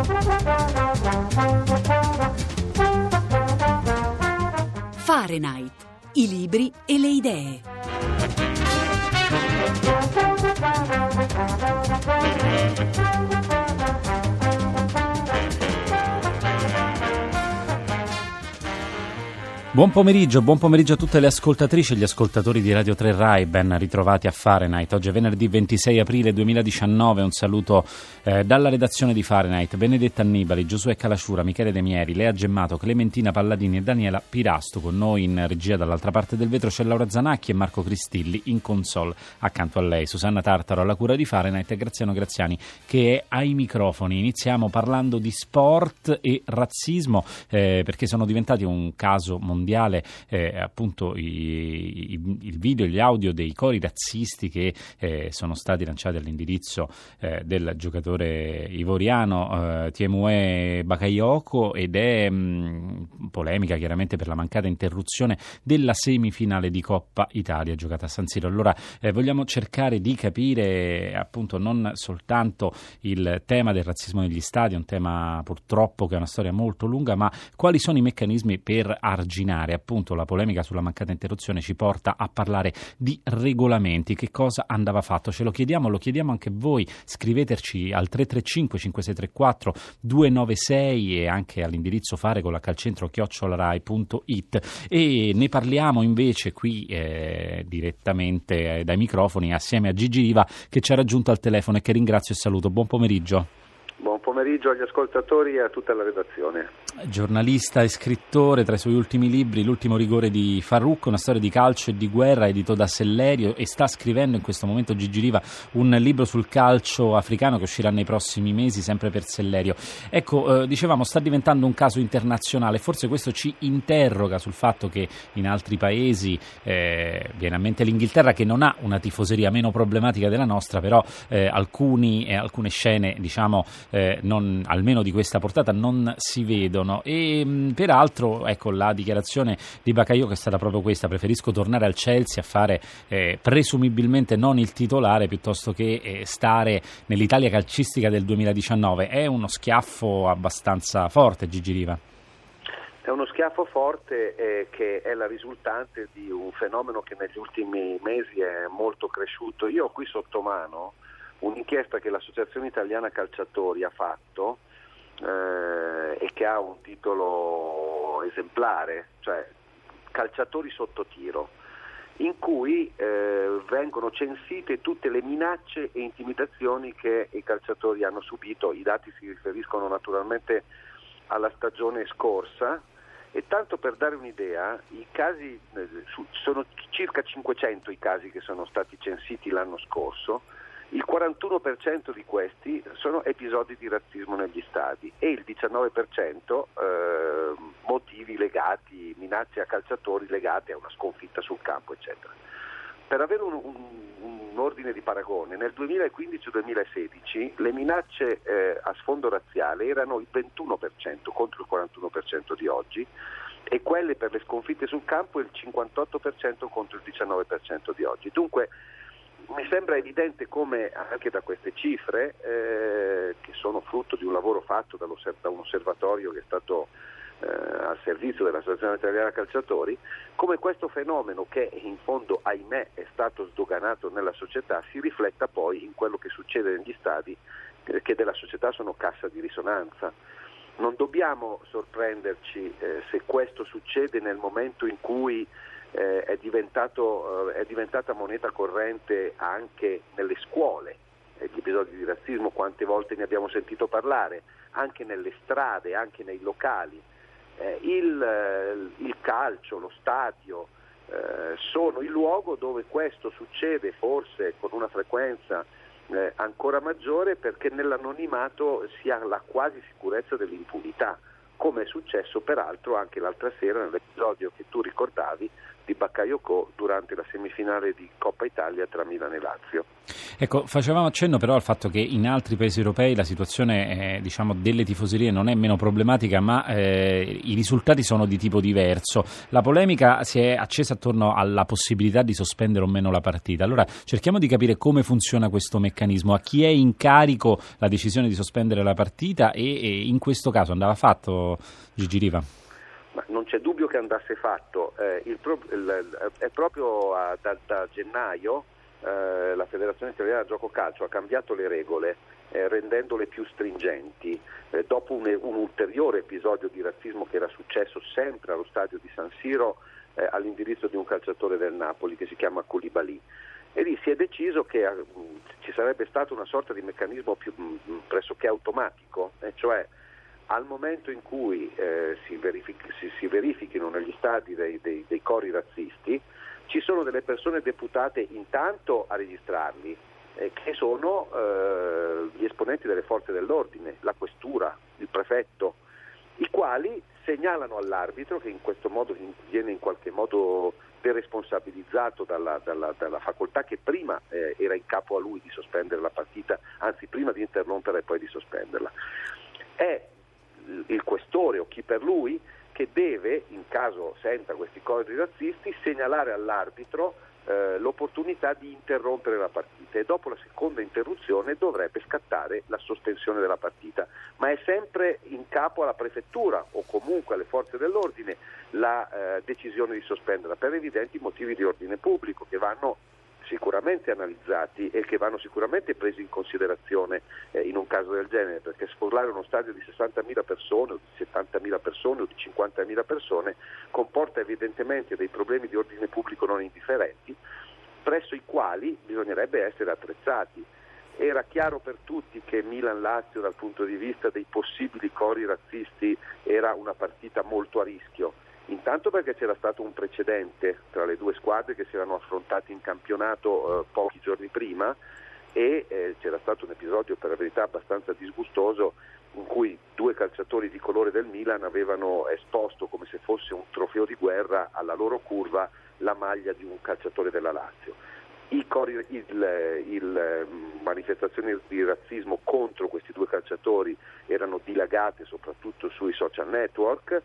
Fahrenheit, i libri e le idee. Buon pomeriggio a tutte le ascoltatrici e gli ascoltatori di Radio 3 Rai, ben ritrovati a Fahrenheit. Oggi è venerdì 26 aprile 2019, un saluto dalla redazione di Fahrenheit: Benedetta Annibali, Giosuè Calasciura, Michele De Mieri, Lea Gemmato, Clementina Palladini e Daniela Pirasto. Con noi in regia dall'altra parte del vetro c'è Laura Zanacchi e Marco Cristilli in console. Accanto a lei Susanna Tartaro alla cura di Fahrenheit e Graziano Graziani che è ai microfoni. Iniziamo parlando di sport e razzismo perché sono diventati un caso mondiale. Appunto il video e gli audio dei cori razzisti che sono stati lanciati all'indirizzo del giocatore ivoriano Tiemoué Bakayoko, ed è polemica chiaramente per la mancata interruzione della semifinale di Coppa Italia giocata a San Siro. Allora vogliamo cercare di capire appunto non soltanto il tema del razzismo negli stadi, un tema purtroppo che è una storia molto lunga, ma quali sono i meccanismi per arginare appunto la polemica sulla mancata interruzione. Ci porta a parlare di regolamenti, che cosa andava fatto, ce lo chiediamo, lo chiediamo anche voi. Scriveteci al 335 5634 296 e anche all'indirizzo faregol@calcentro@rai.it, e ne parliamo invece qui direttamente dai microfoni assieme a Gigi Riva, che ci ha raggiunto al telefono e che ringrazio e saluto. Buon pomeriggio. Buon pomeriggio agli ascoltatori e a tutta la redazione. Giornalista e scrittore, tra i suoi ultimi libri L'ultimo rigore di Farrukh, una storia di calcio e di guerra, edito da Sellerio, e sta scrivendo in questo momento Gigi Riva un libro sul calcio africano che uscirà nei prossimi mesi, sempre per Sellerio. Ecco, dicevamo, sta diventando un caso internazionale. Forse questo ci interroga sul fatto che in altri paesi, viene a mente l'Inghilterra, che non ha una tifoseria meno problematica della nostra, però alcune scene, diciamo, non, almeno di questa portata, non si vedono. E peraltro, ecco, la dichiarazione di Bakayoko è stata proprio questa: preferisco tornare al Chelsea a fare presumibilmente non il titolare piuttosto che stare nell'Italia calcistica del 2019. È uno schiaffo abbastanza forte, Gigi Riva. È uno schiaffo forte che è la risultante di un fenomeno che negli ultimi mesi è molto cresciuto. Io ho qui sotto mano un'inchiesta che l'Associazione Italiana Calciatori ha fatto e che ha un titolo esemplare, cioè Calciatori sotto tiro, in cui vengono censite tutte le minacce e intimidazioni che i calciatori hanno subito. I dati si riferiscono naturalmente alla stagione scorsa, e tanto per dare un'idea, i casi sono circa 500 i casi che sono stati censiti l'anno scorso. Il 41% di questi sono episodi di razzismo negli stadi e il 19% motivi legati, minacce a calciatori legate a una sconfitta sul campo, eccetera. Per avere un ordine di paragone, nel 2015-2016 le minacce a sfondo razziale erano il 21% contro il 41% di oggi, e quelle per le sconfitte sul campo il 58% contro il 19% di oggi. Dunque mi sembra evidente come anche da queste cifre, che sono frutto di un lavoro fatto da un osservatorio che è stato al servizio dell'Associazione Italiana Calciatori, come questo fenomeno, che in fondo ahimè è stato sdoganato nella società, si rifletta poi in quello che succede negli stadi, che della società sono cassa di risonanza. Non dobbiamo sorprenderci se questo succede nel momento in cui è diventata moneta corrente anche nelle scuole. Gli episodi di razzismo, quante volte ne abbiamo sentito parlare, anche nelle strade, anche nei locali. Il calcio, lo stadio sono il luogo dove questo succede, forse con una frequenza ancora maggiore, perché nell'anonimato si ha la quasi sicurezza dell'impunità. come è successo peraltro anche l'altra sera nell'episodio che tu ricordavi di Bakayoko durante la semifinale di Coppa Italia tra Milan e Lazio. Ecco, facevamo accenno però al fatto che in altri paesi europei la situazione delle tifoserie non è meno problematica, ma i risultati sono di tipo diverso. La polemica si è accesa attorno alla possibilità di sospendere o meno la partita. Allora cerchiamo di capire come funziona questo meccanismo, a chi è in carico la decisione di sospendere la partita e in questo caso andava fatto, Gigi Riva? Ma non c'è dubbio che andasse fatto, è proprio da gennaio la Federazione Italiana Gioco Calcio ha cambiato le regole rendendole più stringenti dopo un ulteriore episodio di razzismo che era successo sempre allo stadio di San Siro all'indirizzo di un calciatore del Napoli che si chiama Koulibaly, e lì si è deciso che ci sarebbe stato una sorta di meccanismo più pressoché automatico, cioè al momento in cui si verifichino negli stadi dei cori razzisti, ci sono delle persone deputate intanto a registrarli, che sono gli esponenti delle forze dell'ordine, la questura, il prefetto, i quali segnalano all'arbitro, che in questo modo viene in qualche modo deresponsabilizzato dalla facoltà che prima era in capo a lui di sospendere la partita, anzi prima di interromperla e poi di sospenderla. È il questore o chi per lui che deve, in caso senta questi cori razzisti, segnalare all'arbitro l'opportunità di interrompere la partita, e dopo la seconda interruzione dovrebbe scattare la sospensione della partita, ma è sempre in capo alla prefettura o comunque alle forze dell'ordine la decisione di sospenderla per evidenti motivi di ordine pubblico che vanno sicuramente analizzati e che vanno sicuramente presi in considerazione in un caso del genere, perché sfollare uno stadio di 60.000 persone o di 70.000 persone o di 50.000 persone comporta evidentemente dei problemi di ordine pubblico non indifferenti, presso i quali bisognerebbe essere attrezzati. Era chiaro per tutti che Milan-Lazio dal punto di vista dei possibili cori razzisti era una partita molto a rischio. Intanto perché c'era stato un precedente tra le due squadre che si erano affrontate in campionato pochi giorni prima e c'era stato un episodio per la verità abbastanza disgustoso in cui due calciatori di colore del Milan avevano esposto come se fosse un trofeo di guerra alla loro curva la maglia di un calciatore della Lazio. Manifestazioni di razzismo contro questi due calciatori erano dilagate soprattutto sui social network.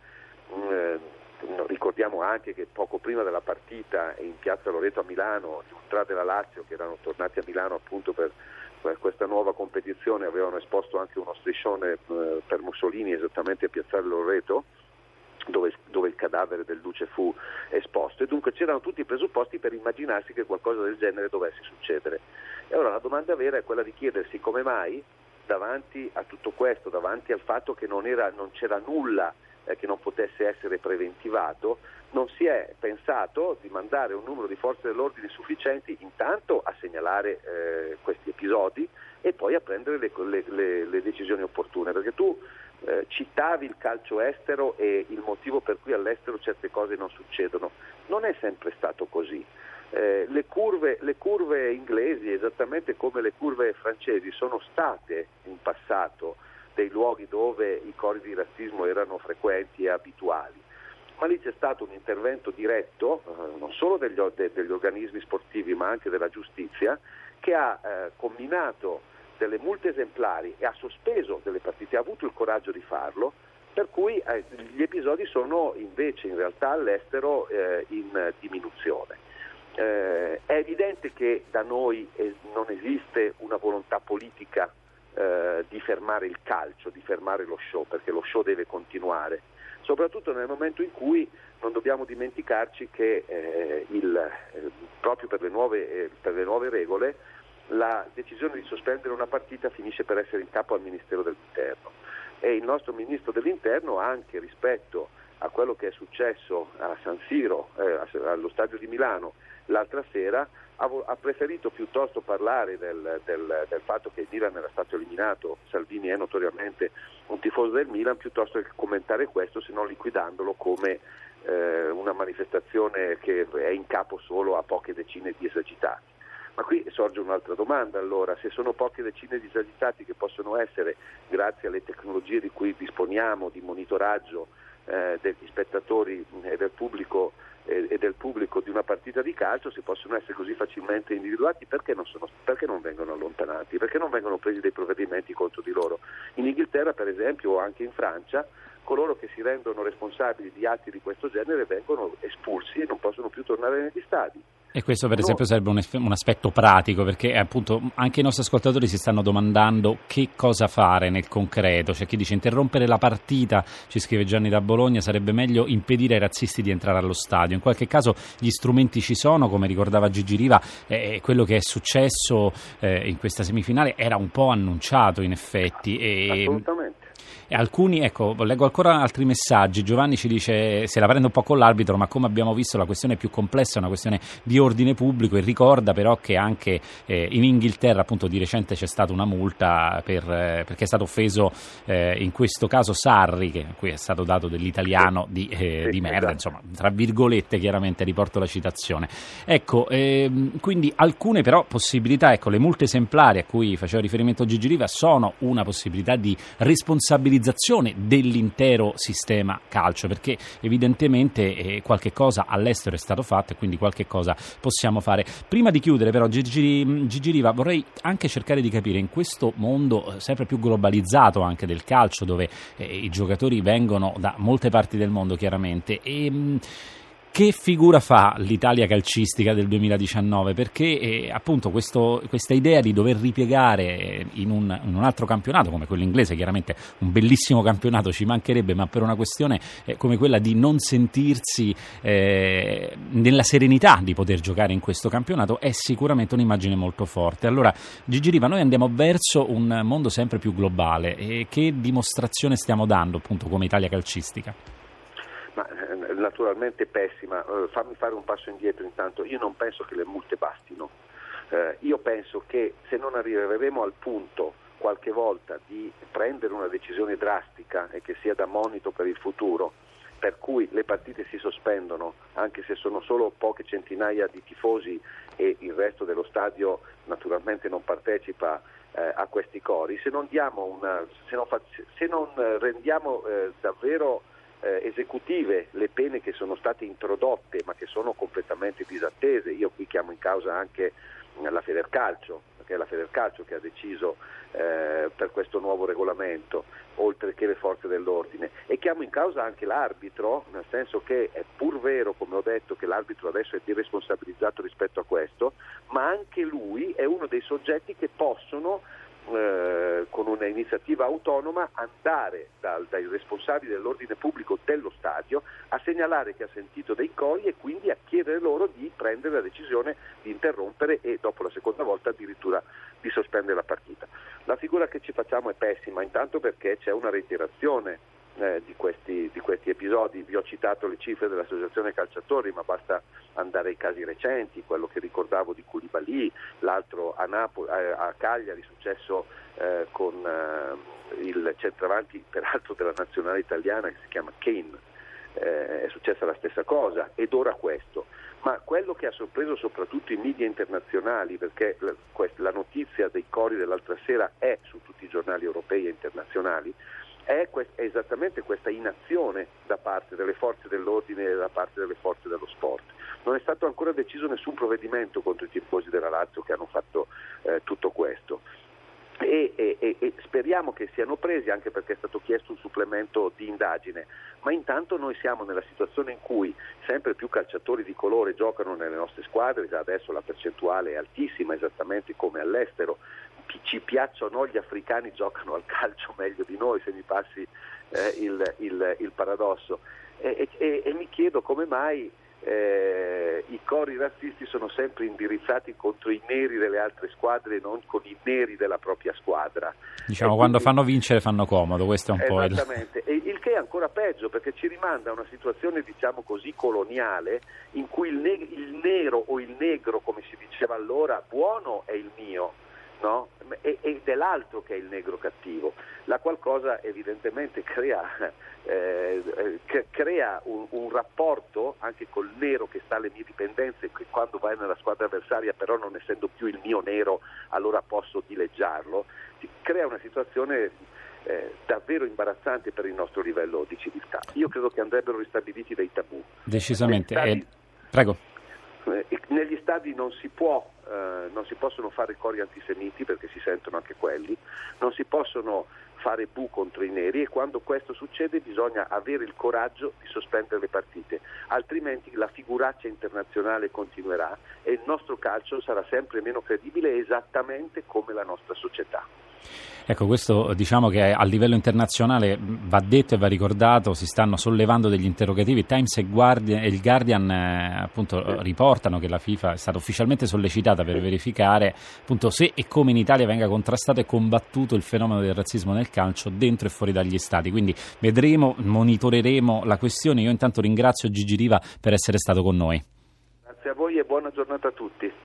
Ricordiamo anche che poco prima della partita in piazza Loreto a Milano gli ultra della Lazio, che erano tornati a Milano appunto per questa nuova competizione, avevano esposto anche uno striscione per Mussolini esattamente a piazzale Loreto, dove il cadavere del Duce fu esposto, e dunque c'erano tutti i presupposti per immaginarsi che qualcosa del genere dovesse succedere. E allora la domanda vera è quella di chiedersi come mai davanti a tutto questo, davanti al fatto che non c'era nulla che non potesse essere preventivato, non si è pensato di mandare un numero di forze dell'ordine sufficienti intanto a segnalare questi episodi e poi a prendere le decisioni opportune, perché tu citavi il calcio estero e il motivo per cui all'estero certe cose non succedono. Non è sempre stato così. Le curve inglesi, esattamente come le curve francesi, sono state in passato dei luoghi dove i cori di razzismo erano frequenti e abituali, ma lì c'è stato un intervento diretto non solo degli organismi sportivi ma anche della giustizia, che ha comminato delle multe esemplari e ha sospeso delle partite, ha avuto il coraggio di farlo, per cui gli episodi sono invece in realtà all'estero in diminuzione. È evidente che da noi non esiste una volontà politica di fermare il calcio, di fermare lo show, perché lo show deve continuare, soprattutto nel momento in cui non dobbiamo dimenticarci che proprio per le nuove regole la decisione di sospendere una partita finisce per essere in capo al Ministero dell'Interno, e il nostro Ministro dell'Interno, anche rispetto a quello che è successo a San Siro, allo stadio di Milano l'altra sera, ha preferito piuttosto parlare del fatto che il Milan era stato eliminato. Salvini è notoriamente un tifoso del Milan, piuttosto che commentare questo, se non liquidandolo come una manifestazione che è in capo solo a poche decine di esagitati. Ma qui sorge un'altra domanda, allora: se sono poche decine di esagitati che possono essere, grazie alle tecnologie di cui disponiamo, di monitoraggio degli spettatori e del pubblico di una partita di calcio, si possono essere così facilmente individuati, perché non vengono allontanati, perché non vengono presi dei provvedimenti contro di loro? In Inghilterra, per esempio, o anche in Francia, coloro che si rendono responsabili di atti di questo genere vengono espulsi e non possono più tornare negli stadi. E questo per esempio sarebbe un aspetto pratico, perché appunto anche i nostri ascoltatori si stanno domandando che cosa fare nel concreto. C'è chi dice interrompere la partita, ci scrive Gianni da Bologna, sarebbe meglio impedire ai razzisti di entrare allo stadio. In qualche caso gli strumenti ci sono, come ricordava Gigi Riva, quello che è successo in questa semifinale era un po' annunciato in effetti. Assolutamente. E alcuni, ecco, leggo ancora altri messaggi. Giovanni ci dice: se la prende un po' con l'arbitro, ma come abbiamo visto la questione è più complessa, è una questione di ordine pubblico, e ricorda però che anche in Inghilterra appunto di recente c'è stata una multa perché è stato offeso in questo caso Sarri, a cui è stato dato dell'italiano di merda, insomma, tra virgolette, chiaramente riporto la citazione. Ecco, quindi alcune però possibilità, ecco, le multe esemplari a cui faceva riferimento Gigi Riva sono una possibilità di responsabilizzazione dell'intero sistema calcio, perché evidentemente qualche cosa all'estero è stato fatto e quindi qualche cosa possiamo fare. Prima di chiudere però, Gigi Riva, vorrei anche cercare di capire, in questo mondo sempre più globalizzato anche del calcio, dove i giocatori vengono da molte parti del mondo chiaramente, che figura fa l'Italia calcistica del 2019? Perché appunto questa idea di dover ripiegare in un altro campionato come quello inglese, chiaramente un bellissimo campionato, ci mancherebbe, ma per una questione come quella di non sentirsi nella serenità di poter giocare in questo campionato, è sicuramente un'immagine molto forte. Allora, Gigi Riva, noi andiamo verso un mondo sempre più globale, e che dimostrazione stiamo dando appunto come Italia calcistica? Ma naturalmente pessima. Fammi fare un passo indietro intanto. Io non penso che le multe bastino. Io penso che se non arriveremo al punto qualche volta di prendere una decisione drastica e che sia da monito per il futuro, per cui le partite si sospendono anche se sono solo poche centinaia di tifosi e il resto dello stadio naturalmente non partecipa a questi cori, se non rendiamo davvero esecutive le pene che sono state introdotte ma che sono completamente disattese. Io qui chiamo in causa anche la Federcalcio, perché è la Federcalcio che ha deciso per questo nuovo regolamento, oltre che le forze dell'ordine, e chiamo in causa anche l'arbitro, nel senso che è pur vero, come ho detto, che l'arbitro adesso è deresponsabilizzato rispetto a questo, ma anche lui è uno dei soggetti che possono con un'iniziativa autonoma andare dai responsabili dell'ordine pubblico dello stadio a segnalare che ha sentito dei cori e quindi a chiedere loro di prendere la decisione di interrompere e dopo la seconda volta addirittura di sospendere la partita. La figura che ci facciamo è pessima, intanto perché c'è una reiterazione di questi episodi. Vi ho citato le cifre dell'Associazione Calciatori, ma basta andare ai casi recenti, quello che ricordavo di Koulibaly, l'altro a Cagliari, successo con il centravanti peraltro della nazionale italiana che si chiama Kane, è successa la stessa cosa, ed ora questo. Ma quello che ha sorpreso soprattutto i media internazionali, perché la notizia dei cori dell'altra sera è su tutti i giornali europei e internazionali, è esattamente questa inazione da parte delle forze dell'ordine e da parte delle forze dello sport. Non è stato ancora deciso nessun provvedimento contro i tifosi della Lazio che hanno fatto tutto questo. E speriamo che siano presi, anche perché è stato chiesto un supplemento di indagine, ma intanto noi siamo nella situazione in cui sempre più calciatori di colore giocano nelle nostre squadre. Già adesso la percentuale è altissima, esattamente come all'estero. Ci piacciono, gli africani giocano al calcio meglio di noi, se mi passi il paradosso, e mi chiedo come mai i cori razzisti sono sempre indirizzati contro i neri delle altre squadre e non con i neri della propria squadra. Diciamo, quando fanno vincere fanno comodo, questo è un po' esattamente. E il che è ancora peggio, perché ci rimanda a una situazione, diciamo così, coloniale, in cui il nero o il negro, come si diceva allora, buono è il mio, no? Ed è l'altro che è il negro cattivo, la qual cosa evidentemente crea un rapporto anche col nero che sta alle mie dipendenze, che quando vai nella squadra avversaria, però non essendo più il mio nero, allora posso dileggiarlo, crea una situazione davvero imbarazzante per il nostro livello di civiltà. Io credo che andrebbero ristabiliti dei tabù. Decisamente. Prego. Negli stadi non si possono fare cori antisemiti, perché si sentono anche quelli, non si possono fare bu contro i neri, e quando questo succede bisogna avere il coraggio di sospendere le partite, altrimenti la figuraccia internazionale continuerà e il nostro calcio sarà sempre meno credibile, esattamente come la nostra società. Ecco, questo diciamo che a livello internazionale va detto e va ricordato, si stanno sollevando degli interrogativi. Times e il Guardian appunto riportano che la FIFA è stata ufficialmente sollecitata per verificare appunto se e come in Italia venga contrastato e combattuto il fenomeno del razzismo nel calcio dentro e fuori dagli stadi. Quindi vedremo, monitoreremo la questione. Io intanto ringrazio Gigi Riva per essere stato con noi. Grazie a voi e buona giornata a tutti.